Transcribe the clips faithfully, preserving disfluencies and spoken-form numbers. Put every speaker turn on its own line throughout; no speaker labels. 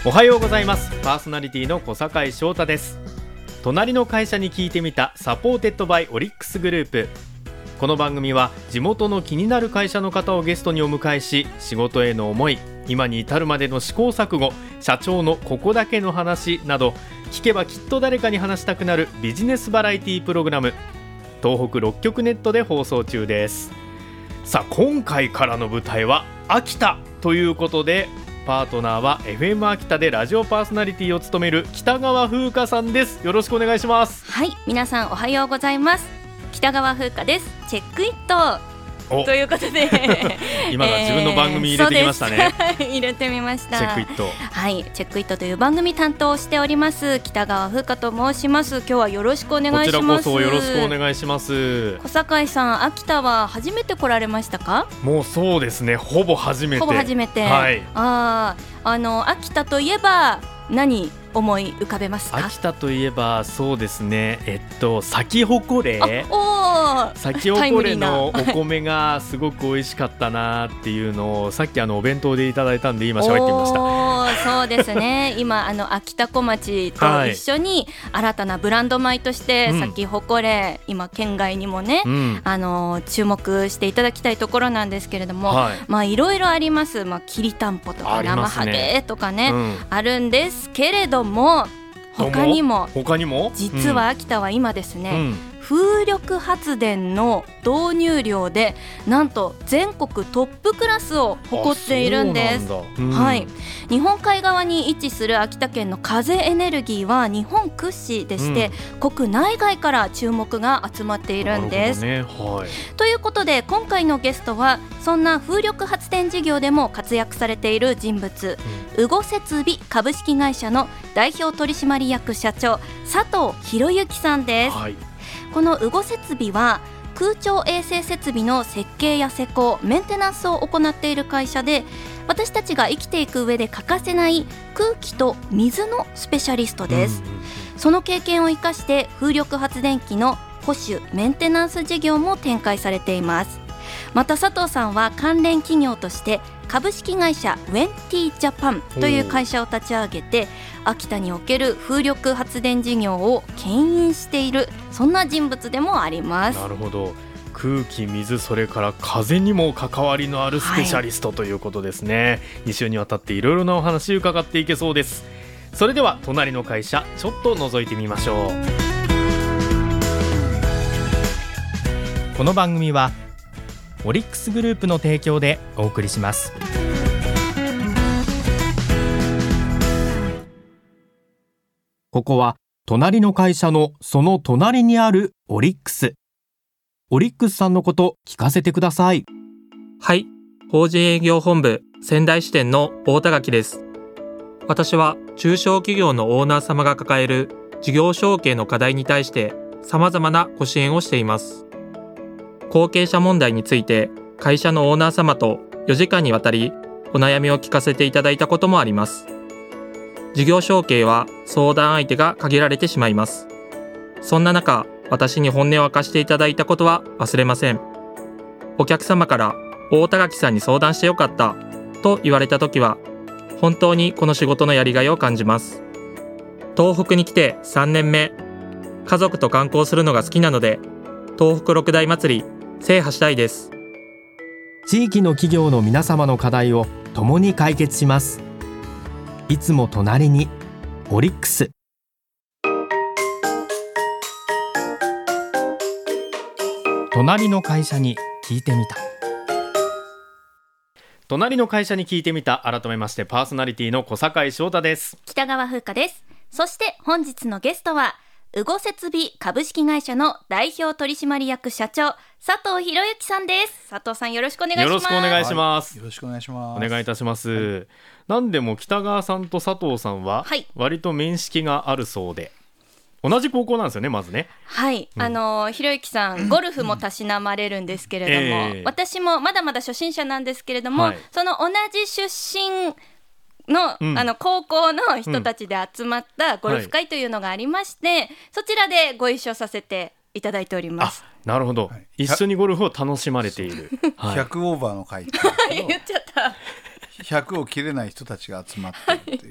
おはようございます。パーソナリティの小坂井翔太です。隣の会社に聞いてみた、サポーテッドバイオリックスグループ。この番組は地元の気になる会社の方をゲストにお迎えし、仕事への思い、今に至るまでの試行錯誤、社長のここだけの話など、聞けばきっと誰かに話したくなるビジネスバラエティプログラム、東北ろっきょくネットで放送中です。さあ、今回からの舞台は秋田ということで、パートナーは エフエム 秋田でラジオパーソナリティを務める北川風花さんです。よろしくお願いします。
はい、皆さんおはようございます。北川風花です。チェックイットということで
今のは自分の番組入れてきましたね、
えー、入れてみました。
チェックイット、
はい、チェックイットという番組担当をしております北川風花と申します。今日はよろしくお願いします。
こちらこそよろしくお願いします。
小坂井さん、秋田は初めて来られましたか？
もうそうですね、ほぼ初めて。
ほぼ初めて、
はい、
ああの秋田といえば何思い浮かべますか？
秋田といえばそうですね、えっとサキホコレ、サキホコレのお米がすごく美味しかったなっていうのをさっきあのお弁当でいただいたんで今喋ってみました。
おそうですね今あの秋田小町と一緒に新たなブランド米としてサキホコレ、今県外にもね、うん、あの注目していただきたいところなんですけれども、はい、まあいろいろあります。まあ、きりたんぽとか生ハゲとかね、うん、あるんですけれども、他にも
他にも
実は秋田は今ですね、うん、風力発電の導入量でなんと全国トップクラスを誇っているんです。うん、はい、日本海側に位置する秋田県の風エネルギーは日本屈指でして、うん、国内外から注目が集まっているんです。
ね、はい、
ということで今回のゲストはそんな風力発電事業でも活躍されている人物、うん、ウゴ設備株式会社の代表取締役社長佐藤博之さんです。はい、このウゴ設備は空調衛生設備の設計や施工、メンテナンスを行っている会社で、私たちが生きていく上で欠かせない空気と水のスペシャリストです。うん、その経験を生かして風力発電機の保守・メンテナンス事業も展開されています。また佐藤さんは関連企業として株式会社ウェンティジャパンという会社を立ち上げて、秋田における風力発電事業を牽引している、そんな人物でもあります。
なるほど、空気、水、それから風にも関わりのあるスペシャリストということですね。はい、に週にわたっていろいろなお話伺っていけそうです。それでは隣の会社ちょっと覗いてみましょう。この番組はオリックスグループの提供でお送りします。ここは隣の会社のその隣にあるオリックス。オリックスさんのこと聞かせてください。
はい、法人営業本部仙台支店の大田垣です。私は中小企業のオーナー様が抱える事業承継の課題に対して様々なご支援をしています。後継者問題について会社のオーナー様とよじかんにわたりお悩みを聞かせていただいたこともあります。事業承継は相談相手が限られてしまいます。そんな中、私に本音を明かしていただいたことは忘れません。お客様から大田垣さんに相談してよかったと言われたときは、本当にこの仕事のやりがいを感じます。東北に来てさんねんめ、家族と観光するのが好きなので東北六大祭り制覇したいです。
地域の企業の皆様の課題を共に解決します。いつも隣にオリックス。隣の会社に聞いてみた。隣の会社に聞いてみた。改めましてパーソナリティの小坂井翔太です。
北川風花です。そして本日のゲストはウゴ設備株式会社の代表取締役社長佐藤博之さんです。佐藤さん、よろしくお願いします。
よろしくお願いします。
はい、よろしくお願いします。
お願いいたします。はい、なんでも北川さんと佐藤さんは割と面識があるそうで、同じ高校なんですよね、まずね。はい、
うん、あの博之さんゴルフもたしなまれるんですけれども、えー、私もまだまだ初心者なんですけれども、はい、その同じ出身の、うん、あの高校の人たちで集まったゴルフ会というのがありまして、うん、はい、そちらでご一緒させていただいております。
あ、なるほど、はい、一緒にゴルフを楽しまれている、
はい、ひゃくオーバーの会って
言っちゃった。
ひゃくを切れない人たちが集まっているっていう、
は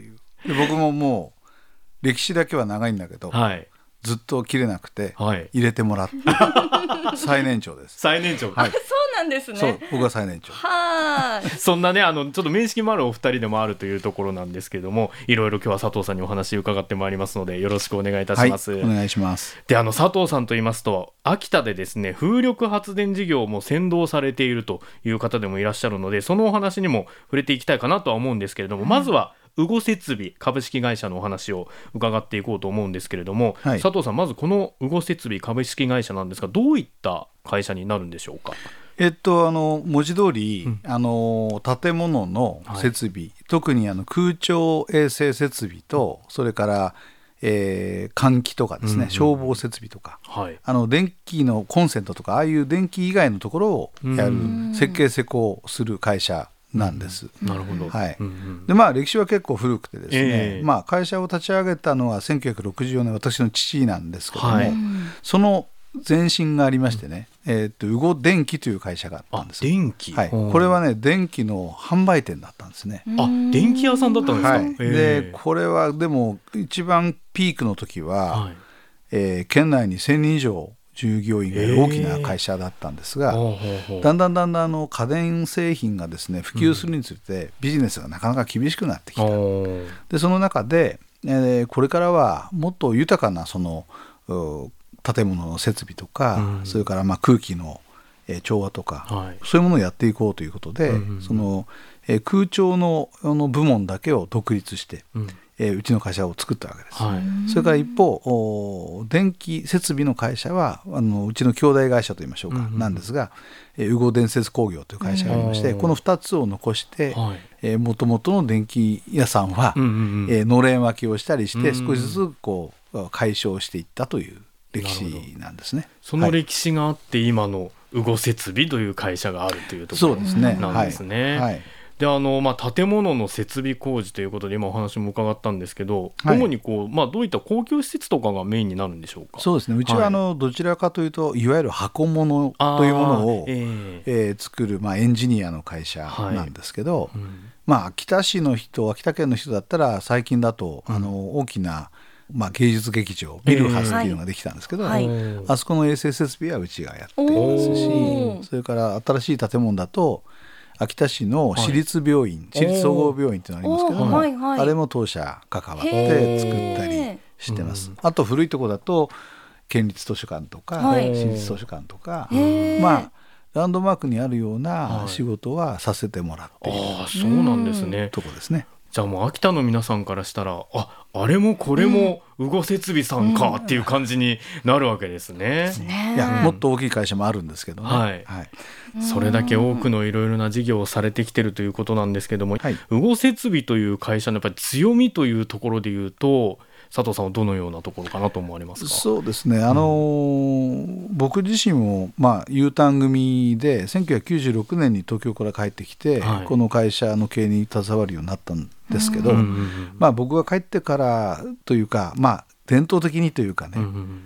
で僕ももう歴史だけは長いんだけど、
はい、
ずっと切れなくて、
はい、
入れてもらって最年長です。
最年長、
はい、
そうなんですね。
そう、僕は最年長。
は
そんなね、あのちょっと面識もあるお二人でもあるというところなんですけども、いろいろ今日は佐藤さんにお話伺ってまいりますので、よろしくお願いいたします。
はい、お願いします。
で、あの佐藤さんと言いますと、秋田でですね、風力発電事業も先導されているという方でもいらっしゃるので、そのお話にも触れていきたいかなとは思うんですけれども、うん、まずはウゴ設備株式会社のお話を伺っていこうと思うんですけれども、はい、佐藤さん、まずこのウゴ設備株式会社なんですが、どういった会社になるんでしょうか。
えっと、あの文字通り、うん、あの建物の設備、はい、特にあの空調衛生設備と、それから、えー、換気とかですね、うんうん、消防設備とか、はい、あの電気のコンセントとか、ああいう電気以外のところをやる、設計施工する会社なんです。
うん、なるほど。
はい。
うんうん、
で、まあ歴史は結構古くてですね、
えー
まあ、会社を立ち上げたのはせんきゅうひゃくろくじゅうよねん、私の父なんですけども、はい、その前身がありましてね、うん、えー、っとウゴ電機という会社があったんです。
あ、電気、
はい、これはね、電気の販売店だったんですね。
あ、電気屋さんだったんですか。
はい、でこれはでも一番ピークの時は、はい、えー、県内にせんにん以上従業員がいる大きな会社だったんですが、えー、だんだんだんだんあの家電製品がですね普及するにつれて、うん、ビジネスがなかなか厳しくなってきた。でその中で、えー、これからはもっと豊かなその建物の設備とか、うん、それからまあ空気の、えー、調和とか、はい、そういうものをやっていこうということで、うんうん、そのえー、空調 の, の部門だけを独立して、うんえー、うちの会社を作ったわけです、はい、それから一方電気設備の会社はあのうちの兄弟会社といいましょうか、うんうん、なんですが、えー、ウゴ電設工業という会社がありまして、このふたつを残して、はい、えー、元々の電気屋さんは、うんうんうん、えー、のれん分けをしたりして少しずつこう解消していったという歴史なんですね。
その歴史があって、はい、今のウゴ設備という会社があるというところなんですね。そうですね、はいはい。であのまあ、建物の設備工事ということで今お話も伺ったんですけど、はい、主にこう、まあ、どういった公共施設とかがメインになるんでしょうか。
そうですね、うちはあの、はい、どちらかというといわゆる箱物というものを、えーえー、作る、まあ、エンジニアの会社なんですけど、はい、うん、まあ、秋田市の人秋田県の人だったら最近だと、うん、あの大きな、まあ、芸術劇場ビルハスっていうのができたんですけど、えーはい、あそこの衛生設備はうちがやっていますし、それから新しい建物だと秋田市の市立病院、はい、市立総合病院っていうのがありますけども、はいはい、あれも当社関わって作ったりしてます。あと古いところだと県立図書館とか、はい、市立図書館とか、まあランドマークにあるような仕事はさせてもらっている、
はい、あ、そうなんですね。
とこですね。
じゃあもう秋田の皆さんからしたら、あ、あれもこれもウゴ設備さんかっていう感じになるわけですね。
うん、いや、もっと大きい会社もあるんですけどね、
はいはい、それだけ多くのいろいろな事業をされてきてるということなんですけども、はい、ウゴ設備という会社のやっぱり強みというところでいうと、佐藤さんはどのようなところかなと思われますか。
そうですね、あのーうん、僕自身も、まあ、U ターン組でせんきゅうひゃくきゅうじゅうろくねんに東京から帰ってきて、はい、この会社の経営に携わるようになったんですけど、うんうんうん、まあ、僕が帰ってからというか、まあ、伝統的にというかね、うんうん、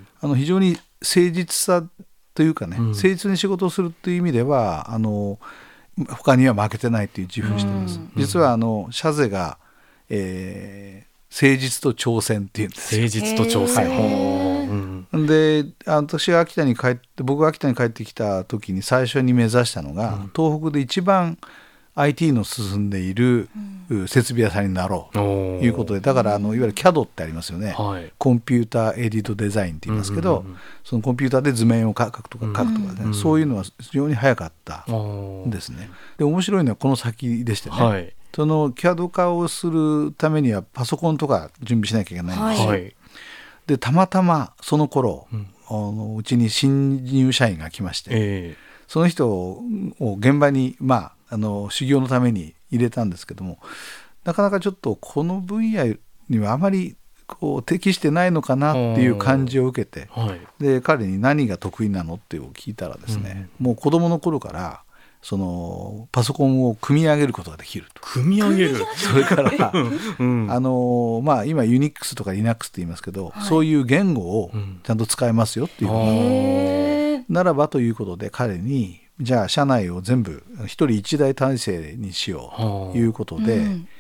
あの非常に誠実さというかね、うん、誠実に仕事をするという意味ではあの他には負けてないという自負をしています、うん、実はあの社税が、えー誠実と挑戦っていうんですよ。
誠実と挑戦、
はい、で私が秋田に帰って僕が秋田に帰ってきた時に最初に目指したのが、うん、東北で一番 アイティー の進んでいる、うん、設備屋さんになろうということで、だからあのいわゆる キャド ってありますよね、はい、コンピューターエディットデザインって言いますけど、うんうんうん、そのコンピューターで図面を描くとか書くとかね、うんうん、そういうのは非常に早かったんですね。で面白いのはこの先でしてね、はい、その キャド 化をするためにはパソコンとか準備しなきゃいけないんです、はい、でたまたまその頃、うん、あのうちに新入社員が来まして、えー、その人を現場に、まあ、あの修行のために入れたんですけども、なかなかちょっとこの分野にはあまりこう適してないのかなっていう感じを受けて、はい、で彼に何が得意なのって聞いたらですね、うん、もう子供の頃からそのパソコンを組み上げることができると。
組み上げる
それから、うん、あのまあ、今ユニックスとか Linux って言いますけど、はい、そういう言語をちゃんと使えますよっていう、うん、ならばということで彼にじゃあ社内を全部一人一台体制にしようということで、うん、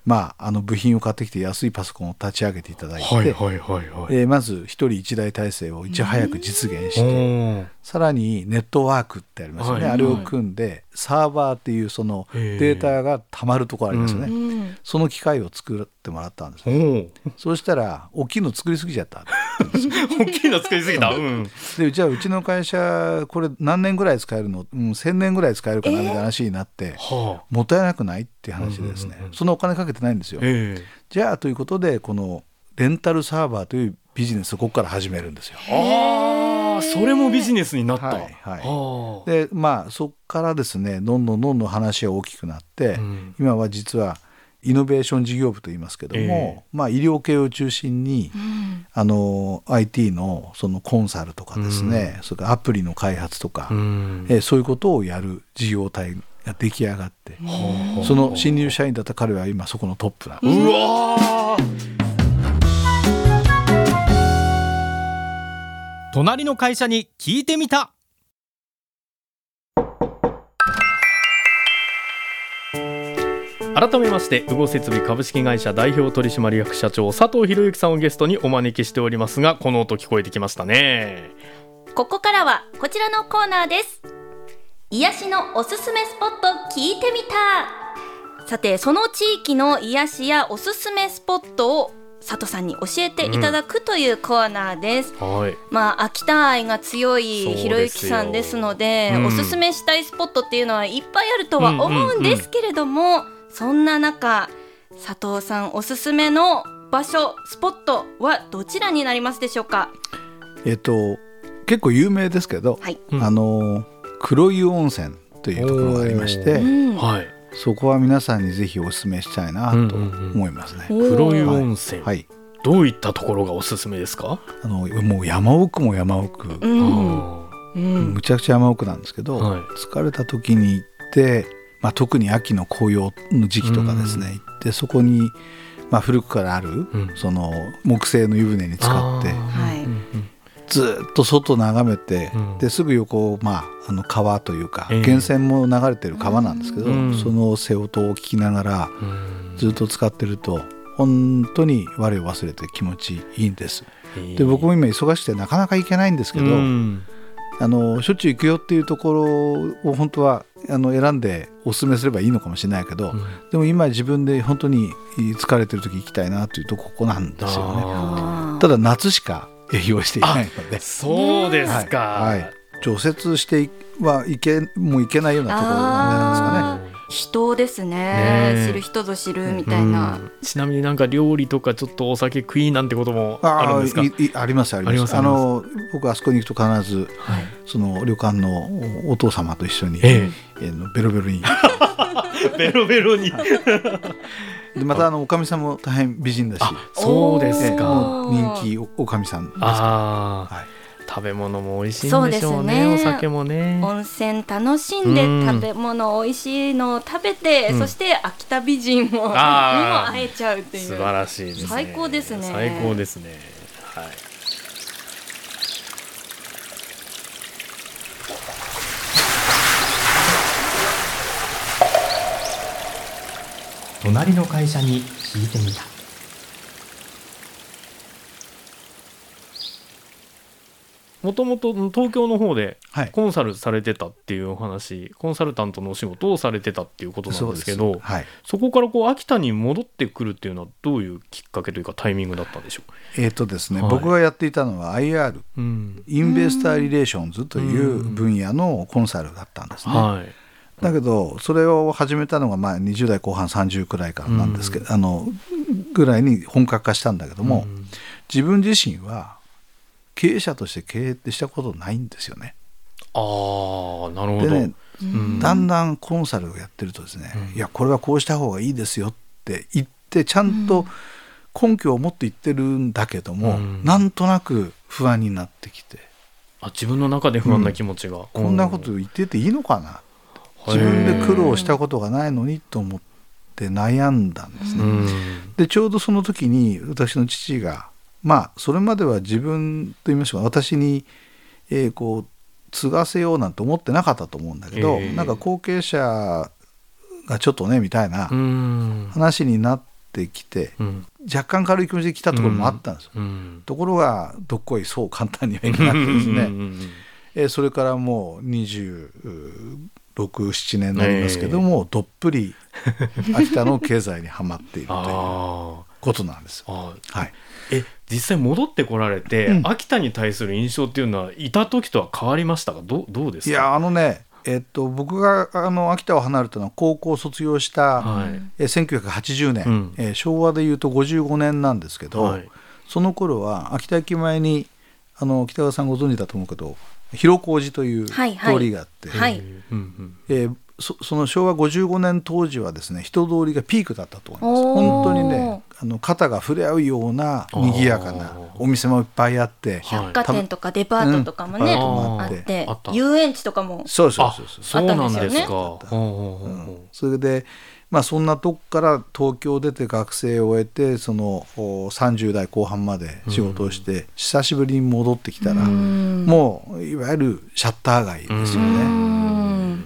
まあ、あの部品を買ってきて安いパソコンを立ち上げていただいて、
はいはいはいはい、
えーまず一人一台体制をいち早く実現して、
うん
さらにネットワークってありますよね、
はい
あれを組んでサーバーっていうそのデータがたまるところありますよね、
うん
その機械を作ってもらったんです、
おー
そうしたら大きいの作りすぎちゃった
大きいの作りすぎた、うん
でじゃあうちの会社これ何年ぐらい使えるの、うん、せんねんぐらい使えるかなみたいな話になって、
はあ
もったいなくないっていう話でですね、
うんうんうん
そんなお金かけてないんですよ、
ええ
じゃあということでこのレンタルサーバーというビジネスをここから始めるんですよ。
ああそれもビジネスになった、
はいはい
はあ
でまあそこからですねどんどんどんどん話が大きくなって、
うん
今は実はイノベーション事業部といいますけども、
え
まあ、医療系を中心に、
うん
あの アイティー のそのコンサルとかですね、それからアプリの開発とか、
うん
えーそういうことをやる事業体が出来上がって、
はあ
その新入社員だった彼は今そこのトップなんです。
うわー隣の会社に聞いてみた。改めましてウゴ設備株式会社代表取締役社長佐藤博之さんをゲストにお招きしておりますが、この音聞こえてきましたね。
ここからはこちらのコーナーです。癒しのおすすめスポット聞いてみた。さてその地域の癒しやおすすめスポットを佐藤さんに教えていただくというコーナーです、
はい
まあ秋田愛が強い
そうですよ
ひろゆきさんですので、
うん
おすすめしたいスポットっていうのはいっぱいあるとは思うんですけれども、そんな中佐藤さんおすすめの場所スポットはどちらになりますでしょうか。
えっと結構有名ですけど、
はい、
うん
あの黒湯温泉というところがありまして、
うん
はい
そこは皆さんにぜひお勧めしたいなと思いますね。
うんうんうん
黒湯温泉、
はい、
どういったところがおすすめですか？
あのもう山奥も山奥、
うん
あ
うん
むちゃくちゃ山奥なんですけど、
はい
疲れた時に行って、まあ、特に秋の紅葉の時期とかですね、
うん
行ってそこに、まあ、古くからある、
ん
その木製の湯船に浸かって
あー
はい
うんうん
ずっと外眺めて、
うん
ですぐ横、まあ、あの川というか、
ええ
源泉も流れてる川なんですけど、
うん
その瀬音を聞きながら
うん
ずっと使ってると本当に我を忘れて気持ちいいんです。
えー
で僕も今忙しくてなかなか行けないんですけど、
うん
あのしょっちゅう行くよっていうところを本当はあの選んでお勧めすればいいのかもしれないけど、
うん
でも今自分で本当に疲れてる時行きたいなというとここなんですよね。
あ
ただ夏しか営業していないので
ーそうですか、
はいはい、除雪してはいけもういけないようなところなんじゃないですかね。
人ですね
ねえ
知る人ぞ知るみたいな、
うんちなみになんか料理とかちょっとお酒食いなんてこともあるんですか？
あいいありますあります。
あります
あの僕あそこに行くと必ず
はい
その旅館のお父様と一緒に、
え
えーのベロベロに
えベロベロに
でまたあのおかみさんも大変美人だし、
あそうです
えー
か。
もう人気おおかみさんですから、
ああ、
はい、
食べ物も美味しいん
そう
でしょうね。
ですね
お酒もね。
温泉楽しんで
うん
食べ物美味しいのを食べて、
うん
そして秋田美人もにも
あー
会えちゃうっていう
素晴らしいですね。
最高ですね
最高ですね。はい。隣の会社に聞いてみた。もともと東京の方で
はい、
コンサルされてたっていうお話、コンサルタントのお仕事をされてたっていうことなんですけど、そ
はい、
こからこう秋田に戻ってくるっていうのはどういうきっかけというかタイミングだったんでしょうか？
えーとですね、
はい
僕がやっていたのは アイアール
うん、
インベスターリレーションズという分野のコンサルだったんですね。
はい。
だけどそれを始めたのがまあにじゅう代後半さんじゅうくらいからなんですけど、あのぐらいに本格化したんだけども、
うん
自分自身は経営者として経営ってしたことないんですよね。
ああ、なるほど。
でね、
うん
だんだんコンサルをやってるとですね、
うん
いやこれはこうした方がいいですよって言ってちゃんと根拠を持って言ってるんだけども、
うん
なんとなく不安になってきて、
あ、自分の中で不安な気持ちが、
こんなこと言ってていいのかな、自分で苦労したことがないのにと思って悩んだんですね。
うん
でちょうどその時に私の父がまあそれまでは自分と言いましょうか、私に、えーこう継がせようなんて思ってなかったと思うんだけど、
えー
なんか後継者がちょっとねみたいな
うん
話になっってきて、
うん、
若干軽い気持ちで来たところもあったんですよ、
うんうん、
ところがどっこいそう簡単にはいかなくてですね、うんうん、えー、それからもうにじゅうろく、ななねんになりますけども、えー、どっぷり秋田の経済にはまっているということなんです。
あ
はい、
え実際戻ってこられて、うん、秋田に対する印象っていうのはいた時とは変わりましたか？ ど, どうですか？
いやあのねえっと、僕があの秋田を離れたのは高校を卒業した、はい、えせんきゅうひゃくはちじゅうねん、うん、えー、昭和でいうとごじゅうごねんなんですけど、はい、その頃は秋田駅前にあの北川さんご存知だと思うけど広小路という通りがあって、はいはい、えー、そ, その昭和ごじゅうごねん当時はですね人通りがピークだったと思います。本当にねあの肩が触れ合うような賑やかなお店もいっぱいあって、
百貨店とかデパートとかもね、うん、あってあって遊園地とかも
そうそうそう
そうそうなんですか、
うん、それで、まあ、そんなとこから東京出て学生を終えてそのさんじゅう代後半まで仕事をして、うん、久しぶりに戻ってきたら、うん、もういわゆるシャッター街ですよね、うん、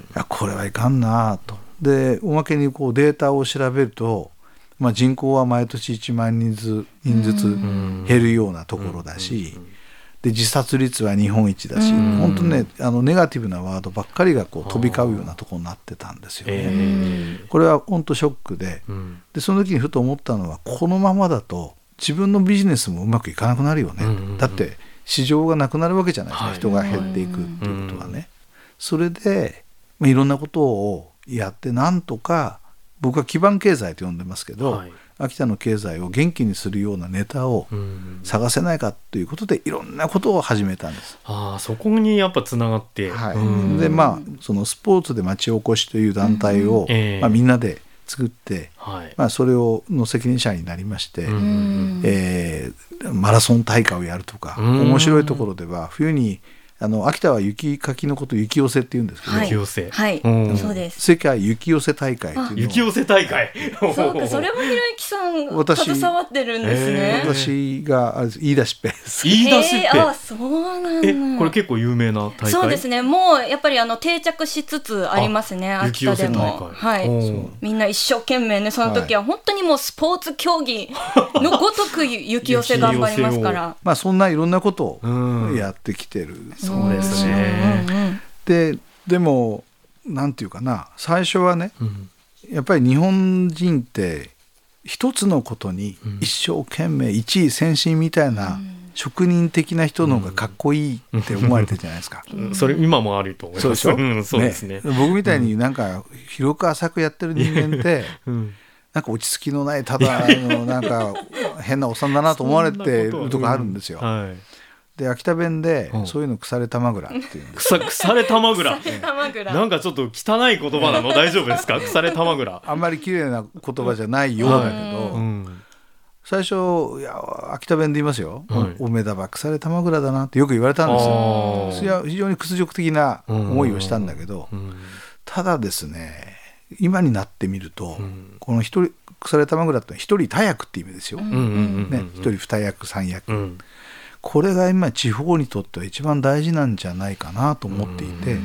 いやこれはいかんなと。でおまけにこうデータを調べると、まあ、人口は毎年いちまんにんずつ減るようなところだし、で自殺率は日本一だし、本当ねあのネガティブなワードばっかりがこう飛び交うようなところになってたんですよね、えー、これは本当ショック で,、うん、でその時にふと思ったのはこのままだと自分のビジネスもうまくいかなくなるよね、うんうんうん、だって市場がなくなるわけじゃないですか、はい、人が減っていくっていうことはね、うん、それで、まあ、いろんなことをやってなんとか僕は基盤経済と呼んでますけど、はい、秋田の経済を元気にするようなネタを探せないかということでいろんなことを始めたんです。
あ、そこにやっぱつながって、
はい、でまあそのスポーツで町おこしという団体を、えーまあ、みんなで作って、はいまあ、それをの責任者になりまして、えー、マラソン大会をやるとか面白いところでは冬にあの秋田は雪かきのことを雪寄せって言うんですけど、
はい、
雪寄せ、
はい、そうです。
世界雪寄せ大会というのを
雪寄せ大会
そうか、それもひろゆきさん携わってるんですね。
私があれ言い出しっぺです。
言い出しっぺ、
あ、そうなんだ。
えこれ結構有名な大会？
そうですね、もうやっぱりあの定着しつつありますね、秋田でも。
雪寄せ大会、
はい、みんな一生懸命ね、その時は本当にもうスポーツ競技のごとく雪寄せ頑張りますから
まあそんないろんなことをやってきてる、うん、
そうですね。
で, でもなんていうかな、最初はね、うん、やっぱり日本人って一つのことに一生懸命一位先進みたいな職人的な人の方がかっこいいって思われてるじゃないですか、
うん、それ今もあると思います。そうでしょ、うん、そうですね。
ね、僕みたいになんか広く浅くやってる人間って、うん、なんか落ち着きのないただのなんか変なおっさんだなと思われてるとこあるんですよ、はい。で秋田弁でそういうの腐れ玉倉っていう、
うん、腐, 腐れ玉倉なんかちょっと汚い言葉なの大丈夫ですか？腐れ玉倉
あんまり綺麗な言葉じゃないようだけど、うん、最初いや秋田弁で言いますよ、はい、おめだば腐れ玉倉だなってよく言われたんですよ。それは非常に屈辱的な思いをしたんだけど、うん、ただですね今になってみると、うん、この一人腐れ玉倉って一人多役って意味ですよ、うんうんうんうん、ね、一人二役三役、うん、これが今地方にとっては一番大事なんじゃないかなと思っていて、うん、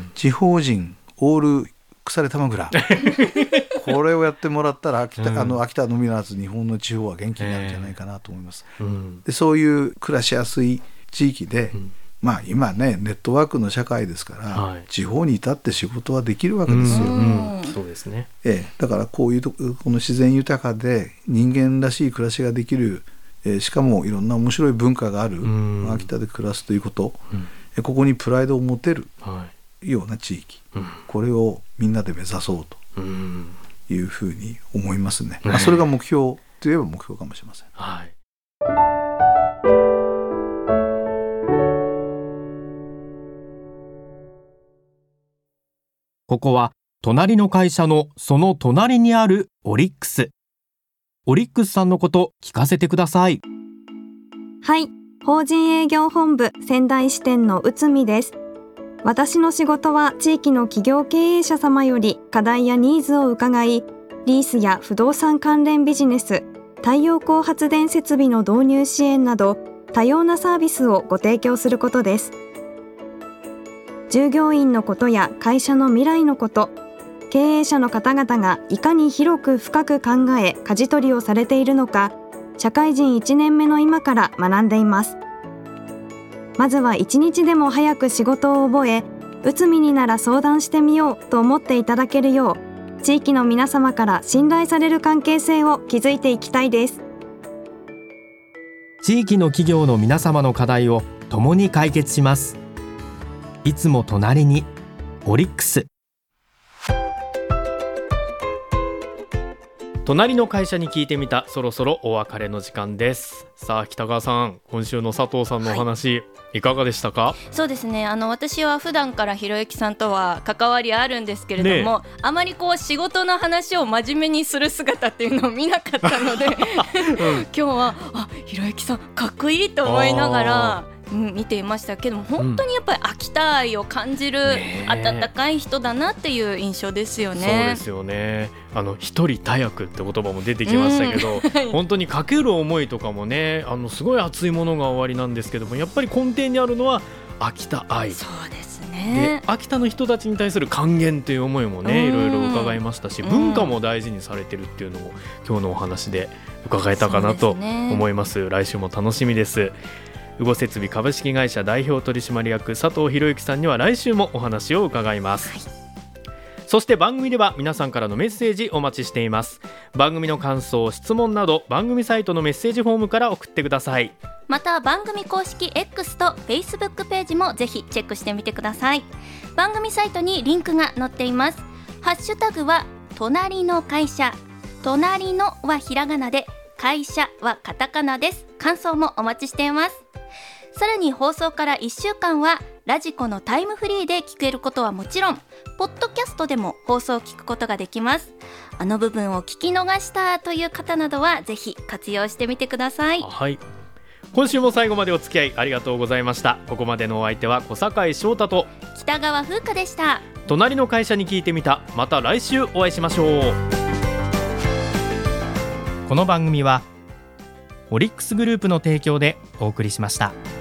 地方人オール腐れ玉倉これをやってもらったら秋田、うん、あの秋田のみならず日本の地方は元気になるんじゃないかなと思います、えーうん、でそういう暮らしやすい地域で、うん、まあ今ねネットワークの社会ですから、はい、地方に至って仕事はできるわけですよ、
うんうん、そうですね、
えー、だからこういうとこの自然豊かで人間らしい暮らしができる、えー、しかもいろんな面白い文化がある、うん、秋田で暮らすということ、うん、えー、ここにプライドを持てるような地域、はい、うん、これをみんなで目指そうというふうに思いますね、うん、まあ、それが目標といえば目標かもしれません、はい。
ここは隣の会社のその隣にあるオリックス。オリックスさんのこと聞かせてください。
はい、法人営業本部仙台支店の内海です。私の仕事は地域の企業経営者様より課題やニーズを伺い、リースや不動産関連ビジネス、太陽光発電設備の導入支援など多様なサービスをご提供することです。従業員のことや会社の未来のこと、 経営者の方々がいかに広く深く考え舵取りをされているのか、社会人いちねんめの今から学んでいます。まずは一日でも早く仕事を覚え、うつみになら相談してみようと思っていただけるよう、地域の皆様から信頼される関係性を築いていきたいです。
地域の企業の皆様の課題を共に解決します。いつも隣にオリックス。
隣の会社に聞いてみた。そろそろお別れの時間です。さあ北川さん、今週の佐藤さんのお話、はい、いかがでしたか？
そうですね、あの私は普段からひろゆきさんとは関わりあるんですけれども、ね、あまりこう仕事の話を真面目にする姿っていうのを見なかったので、うん、今日はあひろゆきさんかっこいいと思いながらうん、見ていましたけども、本当にやっぱり秋田愛を感じる温かい人だなっていう印象ですよね。
そうですよね。あの一人多役って言葉も出てきましたけど、うんはい、本当にかける思いとかもね、あのすごい熱いものが終わりなんですけども、やっぱり根底にあるのは秋田愛。
そうですね。
で秋田の人たちに対する還元という思いもね、いろいろ伺いましたし、文化も大事にされてるっていうのも今日のお話で伺えたかなと思います。来週も楽しみです。ウゴ設備株式会社代表取締役佐藤博之さんには来週もお話を伺います、はい、そして番組では皆さんからのメッセージお待ちしています。番組の感想、質問など番組サイトのメッセージフォームから送ってください。
また番組公式 X と Facebook ページもぜひチェックしてみてください。番組サイトにリンクが載っています。ハッシュタグは隣の会社、隣のはひらがなで、会社はカタカナです。感想もお待ちしています。さらに放送からいっしゅうかんはラジコのタイムフリーで聞けることはもちろん、ポッドキャストでも放送を聞くことができます。あの部分を聞き逃したという方などはぜひ活用してみてください。
はい、今週も最後までお付き合いありがとうございました。ここまでのお相手は小坂井翔太と
北川風花でした。
隣の会社に聞いてみた。また来週お会いしましょう。
この番組はオリックスグループの提供でお送りしました。